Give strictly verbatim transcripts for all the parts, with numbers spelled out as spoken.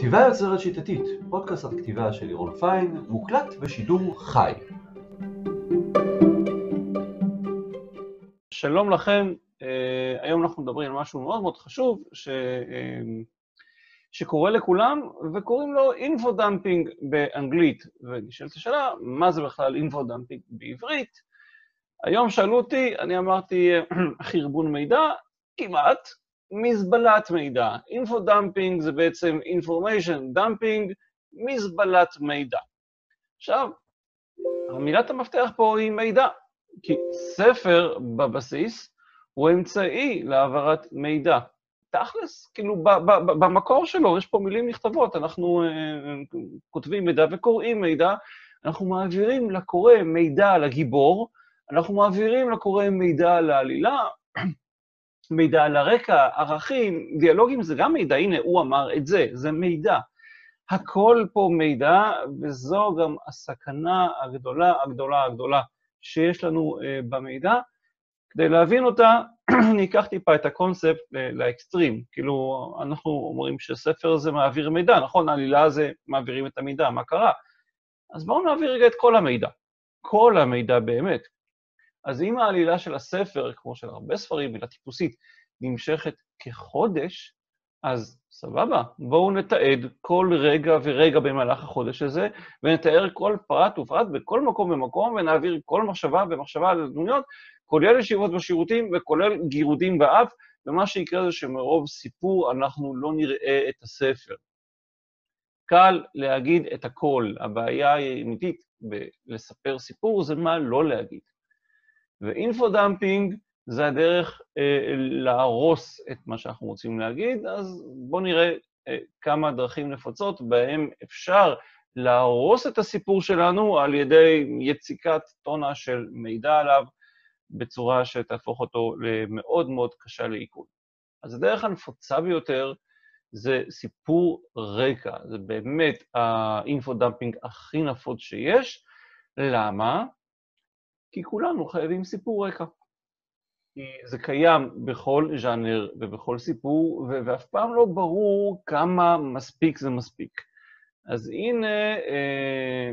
כתיבה יוצרת שיטתית, פודקאסט על כתיבה של לירון פיין, מוקלט בשידור חי. שלום לכם, היום אנחנו מדברים על משהו מאוד מאוד חשוב ש... שקורה לכולם, וקוראים לו אינפודמפינג באנגלית. ונשאלת השאלה, מה זה בכלל אינפודמפינג בעברית? היום שאלו אותי, אני אמרתי, חרבון מידע, כמעט, מזבלת מידע. אינפודמפינג זה בעצם information dumping, מזבלת מידע. עכשיו, המילת המפתח פה היא מידע, כי ספר בבסיס הוא אמצעי להעברת מידע. תכלס, כאילו, במקור שלו, יש פה מילים נכתבות, אנחנו uh, כותבים מידע וקוראים מידע, אנחנו מעבירים לקורא מידע על הגיבור, אנחנו מעבירים לקורא מידע על העלילה, מידע על הרקע, ערכים, דיאלוגים, זה גם מידע, הנה, הוא אמר את זה, זה מידע. הכל פה מידע, וזו גם הסכנה הגדולה, הגדולה, הגדולה שיש לנו uh, במידע. כדי להבין אותה, אני אקח טיפה את הקונספט לאקסטרים. כאילו, אנחנו אומרים שספר זה מעביר מידע, נכון? העלילה זה מעבירים את המידע, מה קרה? אז בואו נעביר רגע את כל המידע. כל המידע באמת. אז אם העלילה של הספר, כמו של הרבה ספרים, מילה טיפוסית, נמשכת כחודש, אז סבבה, בואו נתעד כל רגע ורגע במהלך החודש הזה, ונתאר כל פרט ופרט בכל מקום ומקום, ונעביר כל מחשבה ומחשבה על הדמויות, כולל ישיבות בשירותים וכולל גירודים באף, ומה שיקרה זה שמרוב סיפור אנחנו לא נראה את הספר. קל להגיד את הכל, הבעיה האמיתית בלספר סיפור זה מה לא להגיד. ואינפודמפינג זה הדרך אה, להרוס את מה שאנחנו רוצים להגיד, אז בואו נראה אה, כמה דרכים נפוצות בהם אפשר להרוס את הסיפור שלנו על ידי יציקת טונה של מידע עליו, בצורה שתהפוך אותו למאוד מאוד קשה לעיכול. אז הדרך הנפוצה ביותר זה סיפור רקע, זה באמת האינפודמפינג הכי נפוץ שיש. למה? כי כולנו חייבים סיפור רקע. כי זה קיים בכל ז'אנר ובכל סיפור, ואף פעם לא ברור כמה מספיק זה מספיק. אז הנה, אה,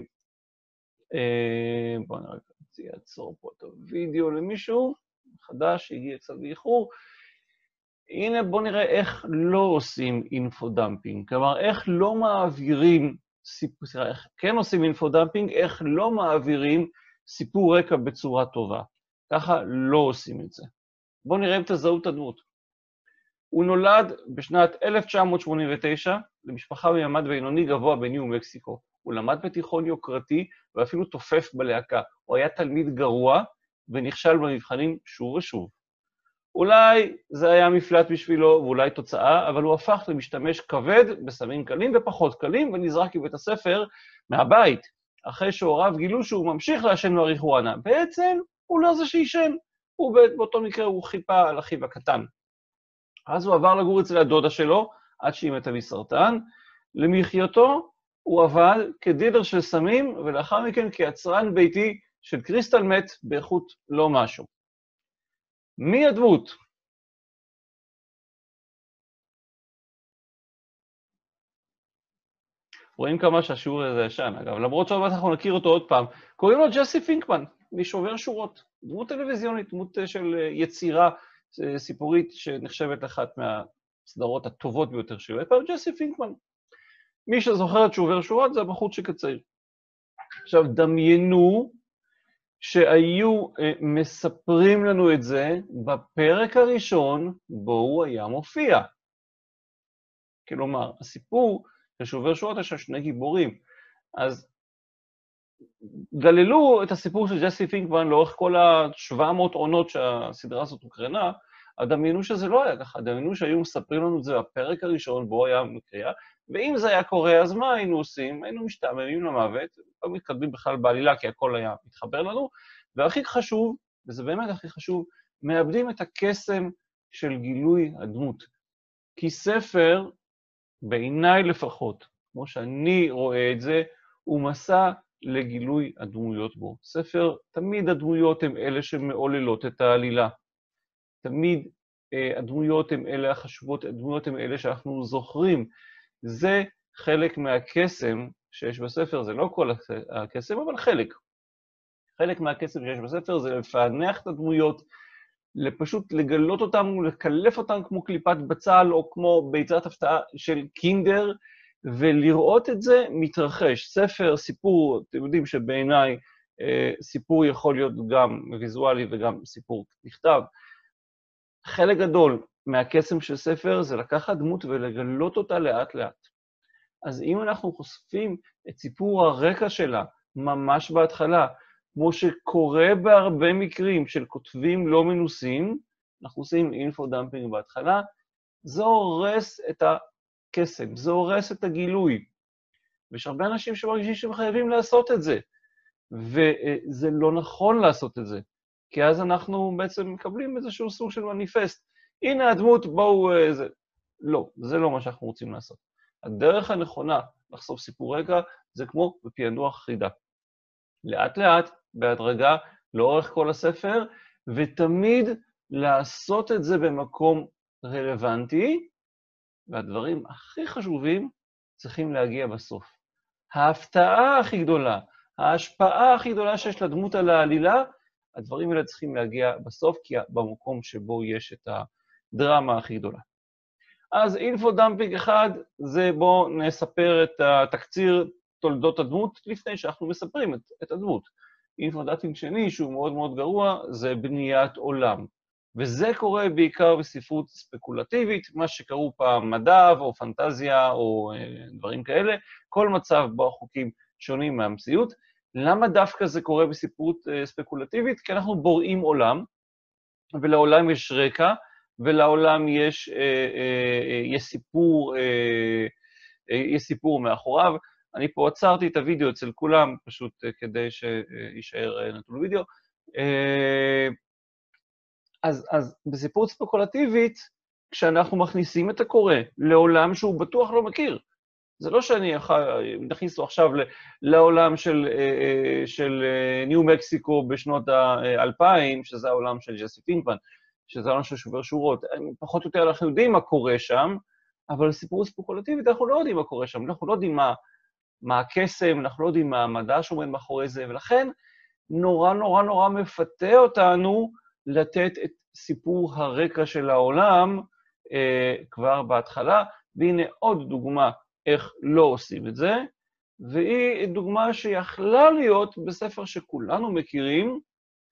אה, בואו נראה, אני אעצור פה את הוידאו למישהו, חדש, הגיע קצת באיחור. הנה בואו נראה איך לא עושים אינפודמפינג, כלומר איך לא מעבירים סיפור, איך כן עושים אינפודמפינג, איך לא מעבירים סיפור רקע בצורה טובה. ככה לא עושים את זה. בואו נראה אם תזהו את הדמות. הוא נולד בשנת אלף תשע מאות שמונים ותשע למשפחה במעמד בינוני גבוה בניו מקסיקו. הוא למד בתיכון יוקרתי ואפילו תופף בלהקה. הוא היה תלמיד גרוע ונכשל במבחנים שוב ושוב. אולי זה היה מפלט בשבילו ואולי תוצאה, אבל הוא הפך למשתמש כבד בסמים קלים ופחות קלים ונזרק מבית הספר מהבית, אחרי שהוריו גילו שהוא ממשיך לעשן מריחואנה. בעצם הוא לא זה שישן, הוא באותו מקרה הוא חיפה על אחיו הקטן. אז הוא עבר לגור אצל הדודה שלו, עד שהיא מתה מסרטן. למחייתו הוא עבד כדילר של סמים, ולאחר מכן כיצרן ביתי של קריסטל מט באיכות לא משהו. מי הדמות? רואים כמה שהשיעור הזה ישן, אגב, למרות שעוד מעט אנחנו נכיר אותו עוד פעם. קוראים לו ג'סי פינקמן, משובר שורות. דמות טלוויזיונית, דמות של יצירה סיפורית שנחשבת לאחת מהסדרות הטובות ביותר שלו. פעם ג'סי פינקמן. מי שזוכר את שובר שורות זה הבחורצ'יק הצעיר. עכשיו, דמיינו שהיו אה, מספרים לנו את זה בפרק הראשון בו הוא היה מופיע. כלומר, הסיפור של שובר שורות יש שני גיבורים. אז גללו את הסיפור של ג'סי פינקמן לאורך כל ה-שבע מאות עונות שהסדרה הזאת הוקרנה, אז דמיינו שזה לא היה ככה, דמיינו שהיו מספרים לנו את זה בפרק הראשון בו היה מקריאה, ואם זה היה קורה, אז מה היינו עושים? היינו משתעממים למוות, לא מתקדמים בכלל בעלילה, כי הכל היה מתחבר לנו, והכי חשוב, וזה באמת הכי חשוב, מאבדים את הקסם של גילוי הדמות. כי ספר, בעיניי לפחות, כמו שאני רואה את זה, הוא מסע לגילוי הדמויות בו. ספר, תמיד הדמויות הן אלה שמעוללות את העלילה. תמיד אה, הדמויות הן אלה החשובות, הדמויות הן אלה שאנחנו זוכרים. זה חלק מהקסם שיש בספר, זה לא כל הקסם, אבל חלק. חלק מהקסם שיש בספר זה לפענח את הדמויות, לפשוט לגלות אותם ולקלף אותם כמו קליפת בצל או כמו ביצת הפתעה של קינדר, ולראות את זה מתרחש. ספר, סיפור, אתם יודעים שבעיניי אה, סיפור יכול להיות גם ויזואלי וגם סיפור נכתב. חלק גדול מהקסם של ספר זה לקחת דמות ולגלות אותה לאט לאט. אז אם אנחנו חושפים את סיפור הרקע שלה ממש בהתחלה, כמו שקורה בהרבה מקרים של כותבים לא מנוסים, אנחנו עושים אינפו-דמפינג בהתחלה, זה הורס את הקסם, זה הורס את הגילוי. ויש הרבה אנשים שמרגישים שהם חייבים לעשות את זה, וזה לא נכון לעשות את זה, כי אז אנחנו בעצם מקבלים איזשהו סוג של מניפסט. הנה הדמות, בואו... זה... לא, זה לא מה שאנחנו רוצים לעשות. הדרך הנכונה לחשוף סיפור רקע זה כמו בפענוח חידה. לאט לאט, בהדרגה, לאורך כל הספר, ותמיד לעשות את זה במקום רלוונטי, והדברים הכי חשובים צריכים להגיע בסוף. ההפתעה הכי גדולה, ההשפעה הכי גדולה שיש לדמות על העלילה, הדברים האלה צריכים להגיע בסוף, כי במקום שבו יש את הדרמה הכי גדולה. אז אינפו-דמפינג אחד, זה בואו נספר את התקציר תולדות הדמות, לפני שאנחנו מספרים את, את הדמות. אינפו-דמפינג שני, שהוא מאוד מאוד גרוע, זה בניית עולם. וזה קורה בעיקר בספרות ספקולטיבית, מה שקראו פעם מדע או פנטזיה או אה, דברים כאלה, כל מצב בו החוקים שונים מהמציאות. למה דווקא זה קורה בספרות אה, ספקולטיבית? כי אנחנו בוראים עולם, ולעולם יש רקע, ולעולם יש, אה, אה, אה, יש, סיפור, אה, אה, יש סיפור מאחוריו. אני פה עצרתי את הוידאו אצל כולם, פשוט אה, כדי שישאר אה, נתון וידאו. אה, אז, אז בספרות ספקולטיבית, כשאנחנו מכניסים את הקורא לעולם שהוא בטוח לא מכיר, זה לא שאני נכניס לו עכשיו לעולם של, של ניו מקסיקו בשנות ה-אלפיים, שזה העולם של ג'סי פינקמן, שזה העולם של שובר שורות. פחות או יותר אנחנו יודעים מה קורה שם, אבל בספרות ספקולטיבית אנחנו לא יודעים מה קורה שם, אנחנו לא יודעים מה, מה הקסם, אנחנו לא יודעים מה המדע שעומד מאחורי זה, ולכן נורא נורא נורא מפתה אותנו לתת את סיפור הרקע של העולם אה, כבר בהתחלה, והנה עוד דוגמה איך לא עושים את זה, והיא דוגמה שיכלה להיות בספר שכולנו מכירים,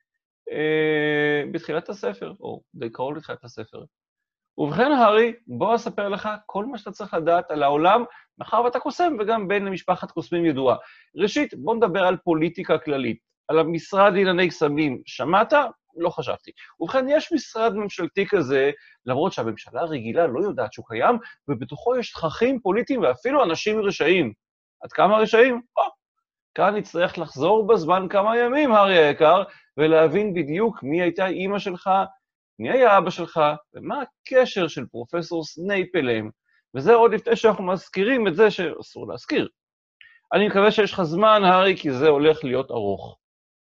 אה, בתחילת הספר, או די קרוב לתחילת הספר. ובכן, הארי, בוא אספר לך כל מה שאתה צריך לדעת על העולם, מאחר ואתה קוסם וגם בן למשפחת קוסמים ידועה. ראשית, בוא נדבר על פוליטיקה כללית. על המשרד לענייני קסמים, שמעת? לא חשבתי. ובכן, יש משרד ממשלתי כזה, למרות שהממשלה הרגילה לא יודעת שהוא קיים, ובתוכו יש תככים פוליטיים ואפילו אנשים רשעים. עד כמה רשעים? או, כאן נצטרך לחזור בזמן כמה ימים, הארי היקר, ולהבין בדיוק מי הייתה אימא שלך, מי היה אבא שלך, ומה הקשר של פרופסור סנייפ אליהם. וזה עוד לפני שאנחנו מזכירים את זה שאסור להזכיר. אני מקווה שיש לך זמן, הארי, כי זה הולך להיות ארוך.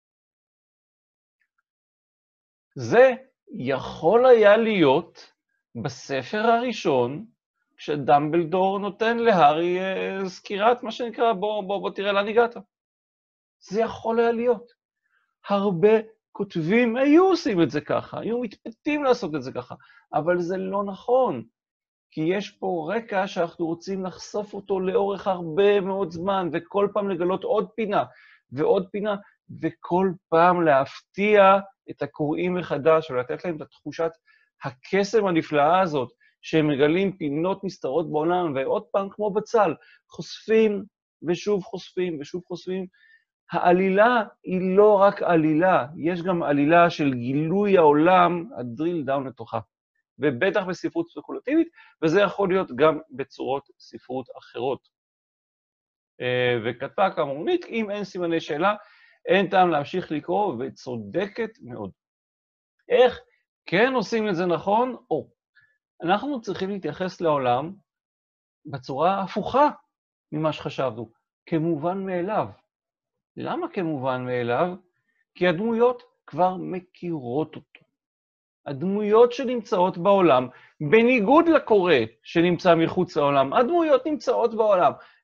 זה יכול היה להיות בספר הראשון, כשדמבלדור נותן להארי סקירת, מה שנקרא, בוא, בוא, בוא תראה לאן הגעת. זה יכול היה להיות. הרבה כותבים היו עושים את זה ככה, היו מתפתים לעשות את זה ככה, אבל זה לא נכון, כי יש פה רקע שאנחנו רוצים לחשוף אותו לאורך הרבה מאוד זמן, וכל פעם לגלות עוד פינה ועוד פינה, וכל פעם להפתיע את הקוראים מחדש, ולתת להם את תחושת הקסם הנפלאה הזאת, שהם מגלים פינות נסתרות בעולם, ועוד פעם כמו בצל, חושפים ושוב חושפים ושוב חושפים. העלילה היא לא רק עלילה, יש גם עלילה של גילוי העולם, הדריל דאון לתוכה, ובטח בספרות ספקולטיבית, וזה יכול להיות גם בצורות ספרות אחרות. וכתבה כמונית, אם אין סימני שאלה, אין טעם להמשיך לקרוא, וצודקת מאוד. איך כן עושים את זה נכון? או, אנחנו צריכים להתייחס לעולם בצורה הפוכה ממה שחשבנו, כמובן מאליו. למה כמובן מאליו? כי הדמויות כבר מכירות אותו. הדמויות שנמצאות בעולם, בניגוד לקורא שנמצא מחוץ לעולם, הדמויות נמצאות בעולם.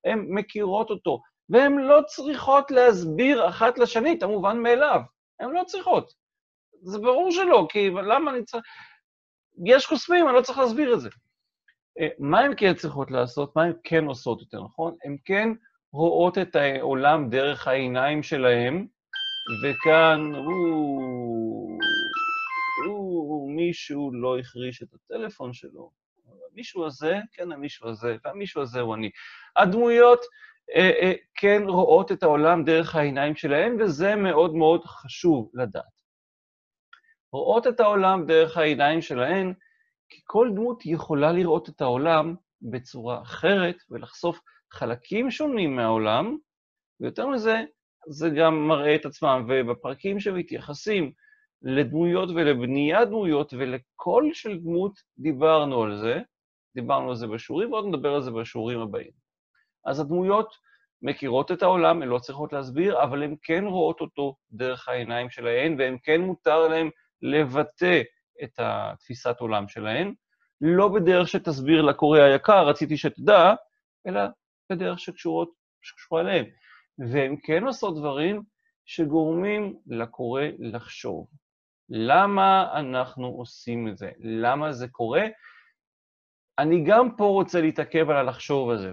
הן מכירות אותו, והן לא צריכות להסביר אחת לשנית, המובן מאליו. הן לא צריכות. זה ברור שלא, כי למה אני צריך... יש קוסמים, אני לא צריך להסביר את זה. מה הן כן צריכות לעשות? מה הן כן עושות יותר, נכון? הן כן רואות את העולם דרך העיניים שלהן, וכאן, הוא, הוא, מישהו לא החריש את הטלפון שלו. המישהו הזה, כן, המישהו הזה, והמישהו הזה הוא אני. הדמויות אה, אה, כן רואות את העולם דרך העיניים שלהן, וזה מאוד מאוד חשוב לדעת. רואות את העולם דרך העיניים שלהן, כי כל דמות יכולה לראות את העולם בצורה אחרת, ולחשוף חלקים שונים מהעולם, ויותר מזה, זה גם מראה את עצמם, ובפרקים שמתייחסים לדמויות ולבניית דמויות, ולכל של דמות דיברנו על זה, דיברנו על זה בשיעורים, ועוד נדבר על זה בשיעורים הבאים. אז הדמויות מכירות את העולם, הן לא צריכות להסביר, אבל הן כן רואות אותו דרך העיניים שלהן, והן כן מותר להן לבטא את התפיסת עולם שלהן, לא בדרך שתסביר לקורא היקר, רציתי שתדע, אלא בדרך שקשורות, שקשורה אליהם. והן כן עושות דברים שגורמים לקורא לחשוב. למה אנחנו עושים את זה? למה זה קורה? אני גם פה רוצה להתעכב על הלחשוב הזה.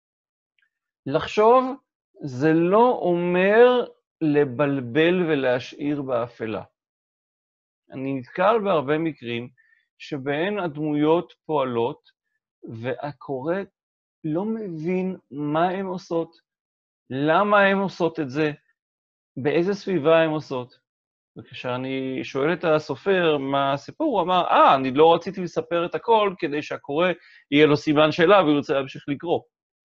לחשוב זה לא אומר לבלבל ולהשאיר באפלה. אני נתקל בהרבה מקרים שבהן הדמויות פועלות, והקורא לא מבין מה הן עושות, למה הן עושות את זה, באיזה סביבה הן עושות. וכשאני שואל את הסופר מה הסיפור, הוא אמר, אה, אני לא רציתי לספר את הכל, כדי שהקורא יהיה לו סימן שאלה, והוא רוצה להמשיך לקרוא.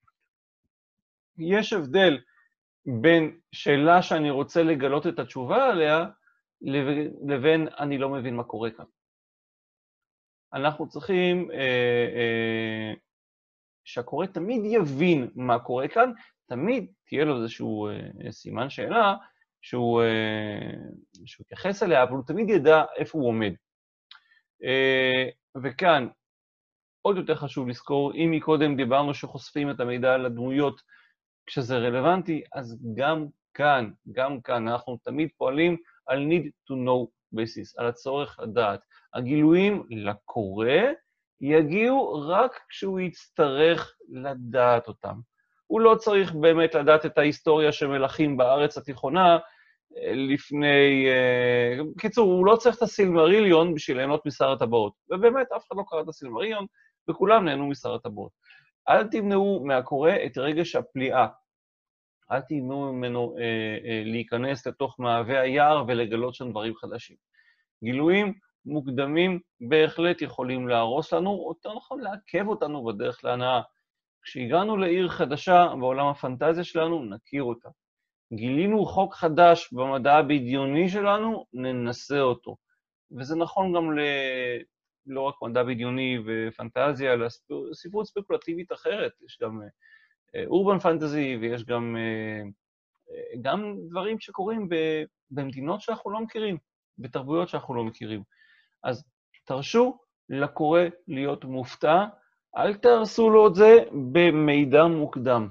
יש הבדל בין שאלה שאני רוצה לגלות את התשובה עליה, לבין אני לא מבין מה קורה כאן. אנחנו צריכים אה, אה, שהקורא תמיד יבין מה קורה כאן, תמיד תהיה לו איזשהו אה, סימן שאלה, שהוא, אה, שהוא יתייחס אליה, אבל הוא תמיד ידע איפה הוא עומד. אה, וכאן, עוד יותר חשוב לזכור, אם מקודם דיברנו שחושפים את המידע על הדמויות כשזה רלוונטי, אז גם כאן, גם כאן, אנחנו תמיד פועלים על need to know basis, על הצורך לדעת. הגילויים לקורא יגיעו רק כשהוא יצטרך לדעת אותם. הוא לא צריך באמת לדעת את ההיסטוריה של מלכים בארץ התיכונה לפני... קיצור, הוא לא צריך את הסילמריליון בשביל ליהנות משר הטבעות. ובאמת, אף אחד לא קרא את הסילמריליון, וכולם נהנו משר הטבעות. אל תמנעו מהקורא את רגש הפליאה. אל תמנעו ממנו אה, אה, להיכנס לתוך מעבה היער ולגלות שם דברים חדשים. גילויים מוקדמים בהחלט יכולים להרוס לנו, או יותר נכון לעכב אותנו בדרך להנאה. כשהגענו לעיר חדשה בעולם הפנטזיה שלנו, נכיר אותה. גילינו חוק חדש במדע הבדיוני שלנו, ננסה אותו. וזה נכון גם ל... לא רק מדע בדיוני ופנטזיה, אלא ספרות ספקולטיבית אחרת. יש גם אורבן פנטזי, ויש גם, גם דברים שקורים במדינות שאנחנו לא מכירים, בתרבויות שאנחנו לא מכירים. אז תרשו לקורא להיות מופתע, אל תהרסו לו את זה במידע מוקדם.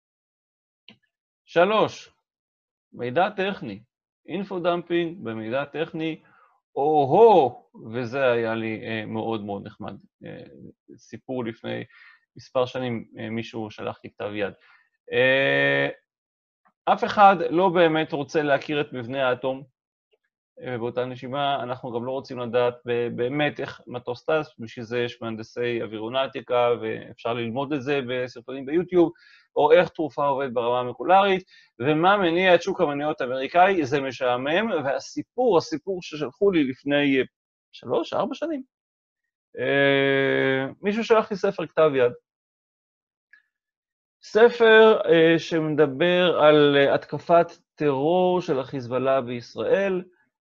שלוש, מידע טכני. אינפודמפינג במידע טכני, או-הו, וזה היה לי אה, מאוד מאוד נחמד. אה, סיפור לפני מספר שנים, אה, מישהו שלח לי כתב יד. אה, אף אחד לא באמת רוצה להכיר את מבנה האטום, אה, באותה נשימה אנחנו גם לא רוצים לדעת באמת איך מטוס טס, בשביל זה יש מהנדסי אווירונאוטיקה, ואפשר ללמוד את זה בסרטונים ביוטיוב, או איך תרופה עובד ברמה המולקולרית, ומה מניע את שוק המניות האמריקאי, זה משעמם, והסיפור, הסיפור ששלחו לי לפני שלוש, ארבע שנים, מישהו שלח לי ספר כתב יד. ספר שמדבר על התקפת טרור של החיזבאללה בישראל,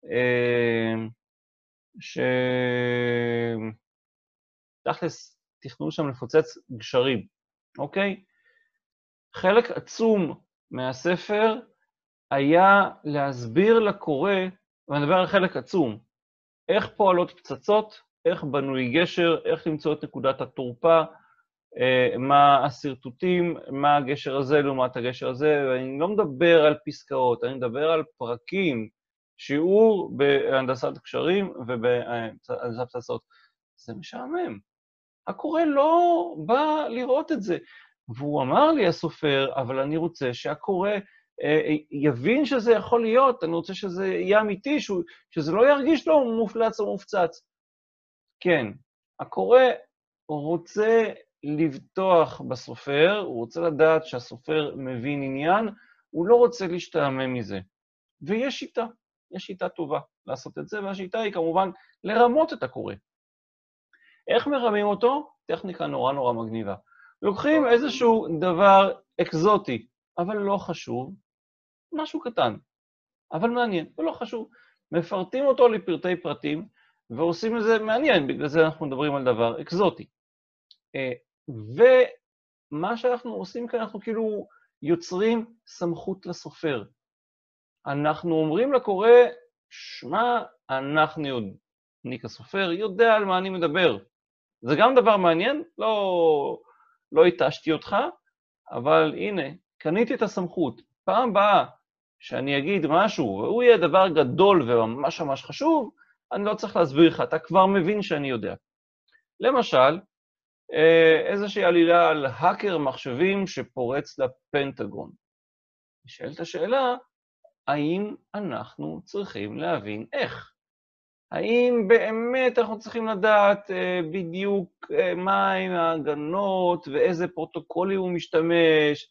שתכלס תכננו שם לפוצץ גשרים, אוקיי? חלק עצום מהספר היה להסביר לקורא, ואני מדבר על חלק עצום, איך פועלות פצצות, איך בנוי גשר, איך למצוא את נקודת התורפה, מה הסרטוטים, מה הגשר הזה לעומת הגשר הזה, ואני לא מדבר על פסקאות, אני מדבר על פרקים, שיעור בהנדסת קשרים ובהנדסת פצצות. זה משעמם. הקורא לא בא לראות את זה. והוא אמר לי, הסופר, אבל אני רוצה שהקורא אה, יבין שזה יכול להיות, אני רוצה שזה יהיה אמיתי, שהוא, שזה לא ירגיש לו מופלץ או מופצץ. כן, הקורא רוצה לבטוח בסופר, הוא רוצה לדעת שהסופר מבין עניין, הוא לא רוצה להשתעמם מזה. ויש שיטה, יש שיטה טובה לעשות את זה, והשיטה היא כמובן לרמות את הקורא. איך מרמים אותו? טכניקה נורא נורא מגניבה. לוקחים איזשהו דבר אקזוטי, אבל לא חשוב, משהו קטן, אבל מעניין, ולא חשוב. מפרטים אותו לפרטי פרטים, ועושים את זה מעניין, בגלל זה אנחנו מדברים על דבר אקזוטי. ומה שאנחנו עושים כאן, אנחנו כאילו יוצרים סמכות לסופר. אנחנו אומרים לקורא, שמה, אנחנו יודע, אני כסופר יודע על מה אני מדבר. זה גם דבר מעניין, לא, לא התשתי אותך, אבל הנה, קניתי את הסמכות. פעם באה שאני אגיד משהו, והוא יהיה דבר גדול וממש ממש חשוב, אני לא צריך להסביר לך, אתה כבר מבין שאני יודע. למשל, איזושהי עלילה על האקר מחשבים שפורץ לפנטגון. נשאלת השאלה, האם אנחנו צריכים להבין איך? האם באמת אנחנו צריכים לדעת בדיוק מהם ההגנות ואיזה פרוטוקולים הוא משתמש,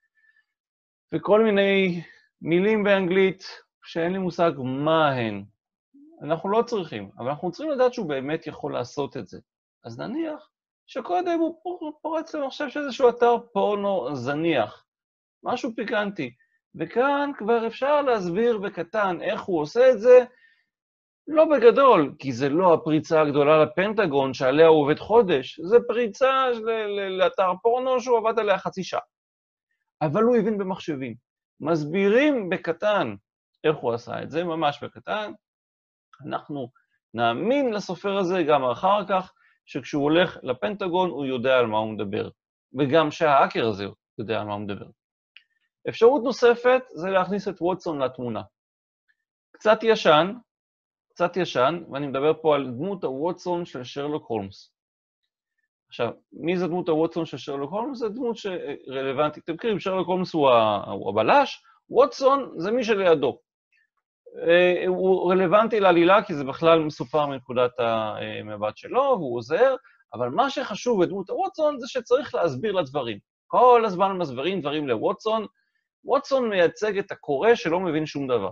וכל מיני מילים באנגלית שאין לי מושג מה הן. אנחנו לא צריכים, אבל אנחנו צריכים לדעת שהוא באמת יכול לעשות את זה. אז נניח שקודם הוא פורץ למחשב שאיזשהו אתר פורנו זניח, משהו פיקנטי, וכאן כבר אפשר להסביר בקטן איך הוא עושה את זה, לא בגדול, כי זה לא הפריצה הגדולה לפנטגון שעליה הוא עובד חודש, זה פריצה לאתר פורנו שהוא עבד עליה חצי שעה. אבל הוא הבין במחשבים. מסבירים בקטן איך הוא עשה את זה, ממש בקטן. אנחנו נאמין לסופר הזה גם אחר כך, שכשהוא הולך לפנטגון הוא יודע על מה הוא מדבר, וגם שההאקר הזה יודע על מה הוא מדבר. אפשרות נוספת זה להכניס את ווטסון לתמונה. קצת ישן, קצת ישן, ואני מדבר פה על דמות הווטסון של שרלוק הולמס. עכשיו, מי זה דמות הווטסון של שרלוק הולמס? זה דמות שרלוונטית. אתם מכירים, שרלוק הולמס הוא הבלש, ווטסון זה מי שלידו. הוא רלוונטי לעלילה, כי זה בכלל מסופר מנקודת המבט שלו, והוא עוזר, אבל מה שחשוב בדמות הווטסון זה שצריך להסביר לדברים. כל הזמן מסבירים דברים לווטסון, ווטסון מייצג את הקורא שלא מבין שום דבר.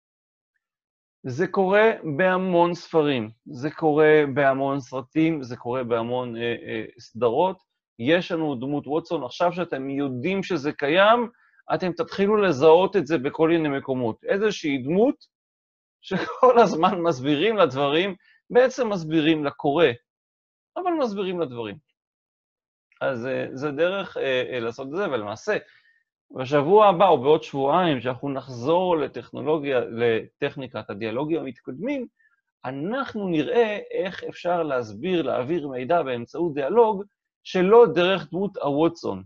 זה קורה בהמון ספרים, זה קורה בהמון סרטים, זה קורה בהמון אה, אה, סדרות. יש לנו דמות ווטסון, עכשיו שאתם יודעים שזה קיים, אתם תתחילו לזהות את זה בכל מיני מקומות. איזושהי דמות שכל הזמן מסבירים לדברים, בעצם מסבירים לקורא, אבל מסבירים לדברים. אז אה, זה דרך אה, אה, לעשות את זה, ולמעשה, בשבוע הבא או בעוד שבועיים, שאנחנו נחזור לטכנולוגיה, לטכניקת הדיאלוגיה המתקדמים, אנחנו נראה איך אפשר להסביר, להעביר מידע באמצעות דיאלוג, שלא דרך דמות הווטסון.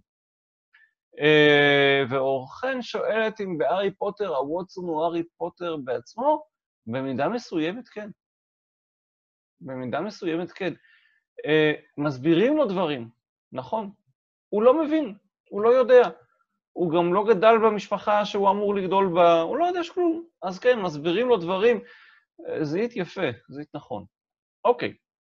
ואורחן שואלת אם בהארי פוטר הווטסון הוא הארי פוטר בעצמו, במידה מסוימת כן. במידה מסוימת כן. מסבירים לו דברים, נכון. הוא לא מבין, הוא לא יודע. הוא גם לא גדל במשפחה שהוא אמור לגדול בה, הוא לא יודע שכלום. אז כן, מסבירים לו דברים. זיהית יפה, זיהית נכון. אוקיי.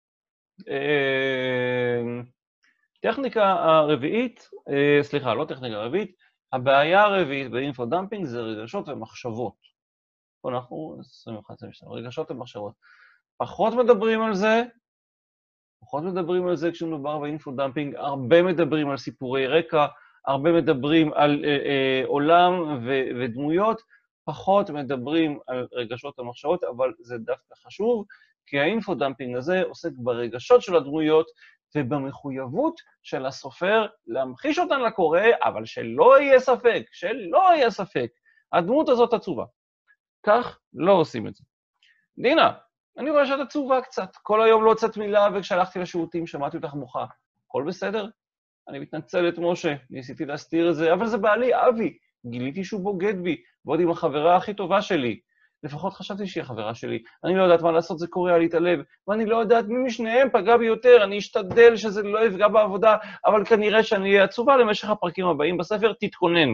טכניקה הרביעית, סליחה, לא טכניקה הרביעית, הבעיה הרביעית באינפודמפינג זה רגשות ומחשבות. פה אנחנו, עשרים ואחת עשרים ושתיים, רגשות ומחשבות. פחות מדברים על זה, פחות מדברים על זה כשמדובר באינפודמפינג, הרבה מדברים על סיפורי רקע, הרבה מדברים על אה, אה, עולם ו- ודמויות, פחות מדברים על רגשות ומחשבות, אבל זה דווקא חשוב, כי האינפודמפינג הזה עוסק ברגשות של הדמויות, ובמחויבות של הסופר להמחיש אותן לקורא, אבל שלא יהיה ספק, שלא יהיה ספק, הדמות הזאת עצובה. כך לא עושים את זה. דינה, אני רואה שאת עצובה קצת, כל היום לא הוצאת מילה, וכשהלכתי לשירותים שמעתי אותך מוחה. הכל בסדר? אני מתנצלת, משה, ניסיתי להסתיר את זה, אבל זה בעלי, אבי. גיליתי שהוא בוגד בי, ועוד עם החברה הכי טובה שלי. לפחות חשבתי שהיא החברה שלי. אני לא יודעת מה לעשות, זה קורע לי את הלב, ואני לא יודעת מי משניהם פגע בי יותר, אני אשתדל שזה לא יפגע בעבודה, אבל כנראה שאני אהיה עצובה למשך הפרקים הבאים בספר, תתכונן.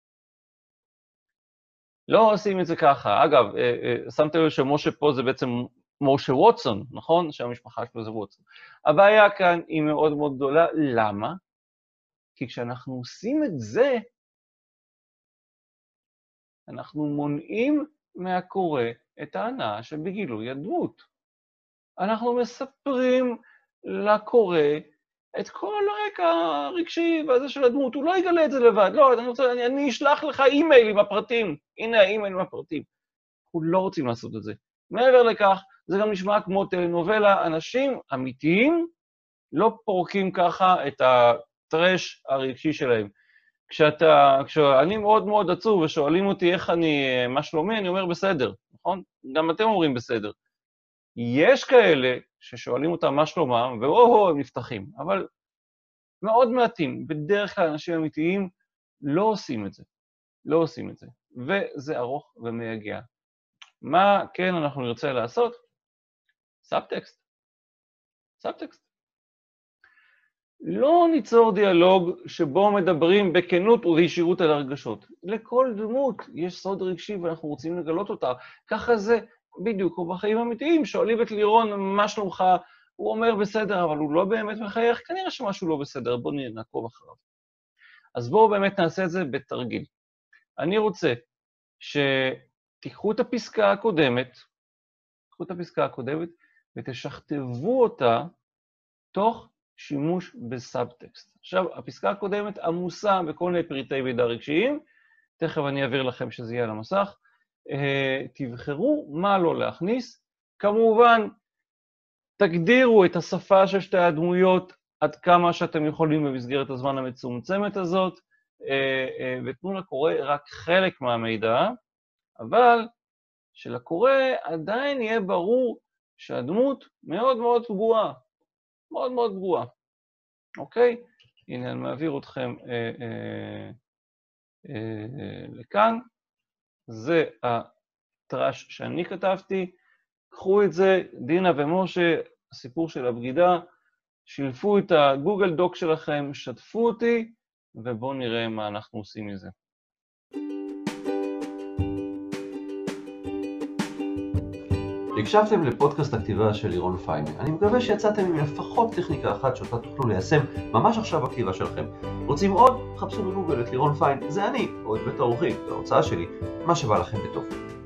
לא עושים את זה ככה. אגב, שמתם לב שמשה פה זה בעצם משה ווטסון, נכון? שהמשפחה שלו זה ווטסון. הבעיה כאן היא מאוד מאוד גדולה. למה? כי כשאנחנו עושים את זה, אנחנו מונעים מהקורא את ההנאה שבגילוי הדמות. אנחנו מספרים לקורא את כל הרקע הרגשי והזה של הדמות. הוא לא יגלה את זה לבד. לא, אני רוצה, אני, אני אשלח לך אימייל עם הפרטים. הנה האימייל עם הפרטים. אנחנו לא רוצים לעשות את זה. מעבר לכך, זה גם נשמע כמו טלנובלה. אנשים אמיתיים לא פורקים ככה את הטרש הרגשי שלהם. כשאתה, כשאני מאוד מאוד עצוב ושואלים אותי איך אני, מה שלומי, אני אומר בסדר, נכון? גם אתם אומרים בסדר. יש כאלה ששואלים אותם מה שלומם, ואו-הו, הם נפתחים. אבל מאוד מעטים, בדרך כלל אנשים אמיתיים לא עושים את זה. לא עושים את זה. וזה ארוך ומייגע. מה כן אנחנו נרצה לעשות? סאבטקסט. סאבטקסט. לא ניצור דיאלוג שבו מדברים בכנות ובישירות על הרגשות. לכל דמות יש סוד רגשי ואנחנו רוצים לגלות אותה. ככה זה בדיוק, ובחיים אמיתיים שואלים את לירון מה שלומך, הוא אומר בסדר, אבל הוא לא באמת מחייך, כנראה שמשהו לא בסדר, בואו נעקוב אחריו. אז בואו באמת נעשה את זה בתרגיל. אני רוצה שתיקחו את הפסקה הקודמת, תיקחו את הפסקה הקודמת ותשכתבו אותה תוך שימוש בסאבטקסט. עכשיו, הפסקה הקודמת עמוסה בכל מיני פריטי מידע רגשיים, תכף אני אעביר לכם שזה יהיה על המסך. Uh, תבחרו מה לא להכניס. כמובן, תגדירו את השפה של שתי הדמויות עד כמה שאתם יכולים במסגרת הזמן המצומצמת הזאת, uh, uh, ותנו לקורא רק חלק מהמידע, אבל שלקורא עדיין יהיה ברור שהדמות מאוד מאוד פגועה. מאוד מאוד פגועה. אוקיי? הנה, אני מעביר אתכם uh, uh, uh, לכאן. זה הטרש שאני כתבתי. קחו את זה, דינה ומשה, הסיפור של הבגידה, שלפו את הגוגל דוק שלכם, שתפו אותי, ובואו נראה מה אנחנו עושים מזה. הקשבתם לפודקאסט הכתיבה של לירון פיין. אני מקווה שיצאתם עם לפחות טכניקה אחת שאותה תוכלו ליישם ממש עכשיו בכתיבה שלכם. רוצים עוד? חפשו בגוגל את לירון פיין, זה אני, או את בית האורחים, ההוצאה שלי, מה שבא לכם בטוב.